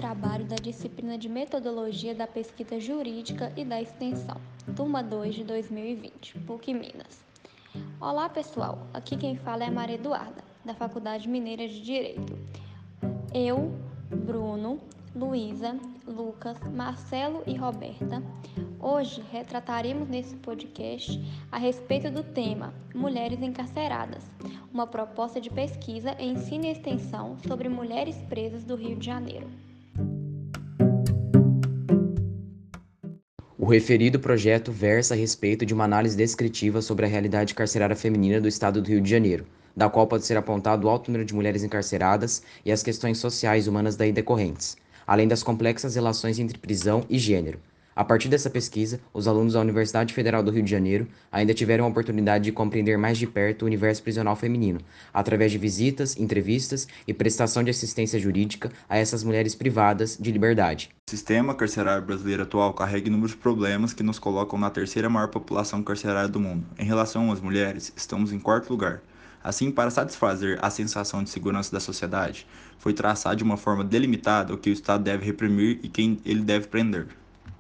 trabalho da disciplina de Metodologia da Pesquisa Jurídica e da Extensão, turma 2 de 2020, PUC Minas. Olá pessoal, aqui quem fala é a Maria Eduarda, da Faculdade Mineira de Direito. Eu, Bruno, Luísa, Lucas, Marcelo e Roberta, hoje retrataremos nesse podcast a respeito do tema Mulheres Encarceradas, uma proposta de pesquisa, ensino e extensão sobre mulheres presas do Rio de Janeiro. O referido projeto versa a respeito de uma análise descritiva sobre a realidade carcerária feminina do estado do Rio de Janeiro, da qual pode ser apontado o alto número de mulheres encarceradas e as questões sociais e humanas daí decorrentes, além das complexas relações entre prisão e gênero. A partir dessa pesquisa, os alunos da Universidade Federal do Rio de Janeiro ainda tiveram a oportunidade de compreender mais de perto o universo prisional feminino, através de visitas, entrevistas e prestação de assistência jurídica a essas mulheres privadas de liberdade. O sistema carcerário brasileiro atual carrega inúmeros problemas que nos colocam na terceira maior população carcerária do mundo. Em relação às mulheres, estamos em quarto lugar. Assim, para satisfazer a sensação de segurança da sociedade, foi traçado de uma forma delimitada o que o Estado deve reprimir e quem ele deve prender.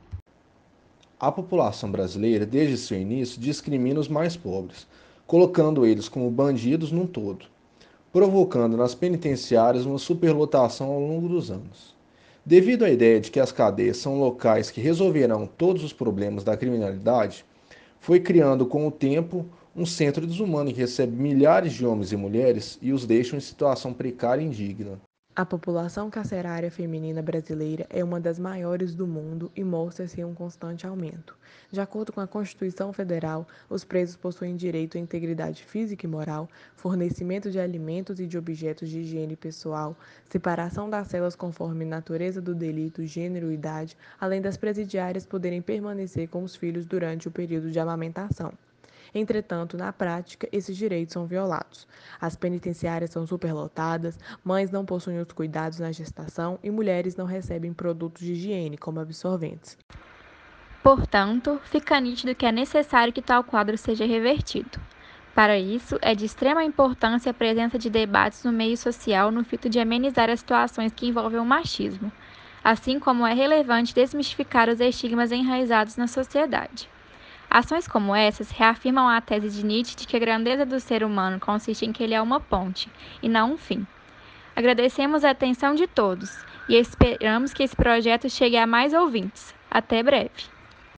A população brasileira, desde seu início, discrimina os mais pobres, colocando eles como bandidos num todo, provocando nas penitenciárias uma superlotação ao longo dos anos. Devido à ideia de que as cadeias são locais que resolverão todos os problemas da criminalidade, foi criando com o tempo um centro desumano que recebe milhares de homens e mulheres e os deixa em situação precária e indigna. A população carcerária feminina brasileira é uma das maiores do mundo e mostra-se em um constante aumento. De acordo com a Constituição Federal, os presos possuem direito à integridade física e moral, fornecimento de alimentos e de objetos de higiene pessoal, separação das celas conforme natureza do delito, gênero e idade, além das presidiárias poderem permanecer com os filhos durante o período de amamentação. Entretanto, na prática, esses direitos são violados. As penitenciárias são superlotadas, mães não possuem os cuidados na gestação e mulheres não recebem produtos de higiene, como absorventes. Portanto, fica nítido que é necessário que tal quadro seja revertido. Para isso, é de extrema importância a presença de debates no meio social no intuito de amenizar as situações que envolvem o machismo, assim como é relevante desmistificar os estigmas enraizados na sociedade. Ações como essas reafirmam a tese de Nietzsche de que a grandeza do ser humano consiste em que ele é uma ponte, e não um fim. Agradecemos a atenção de todos e esperamos que esse projeto chegue a mais ouvintes. Até breve!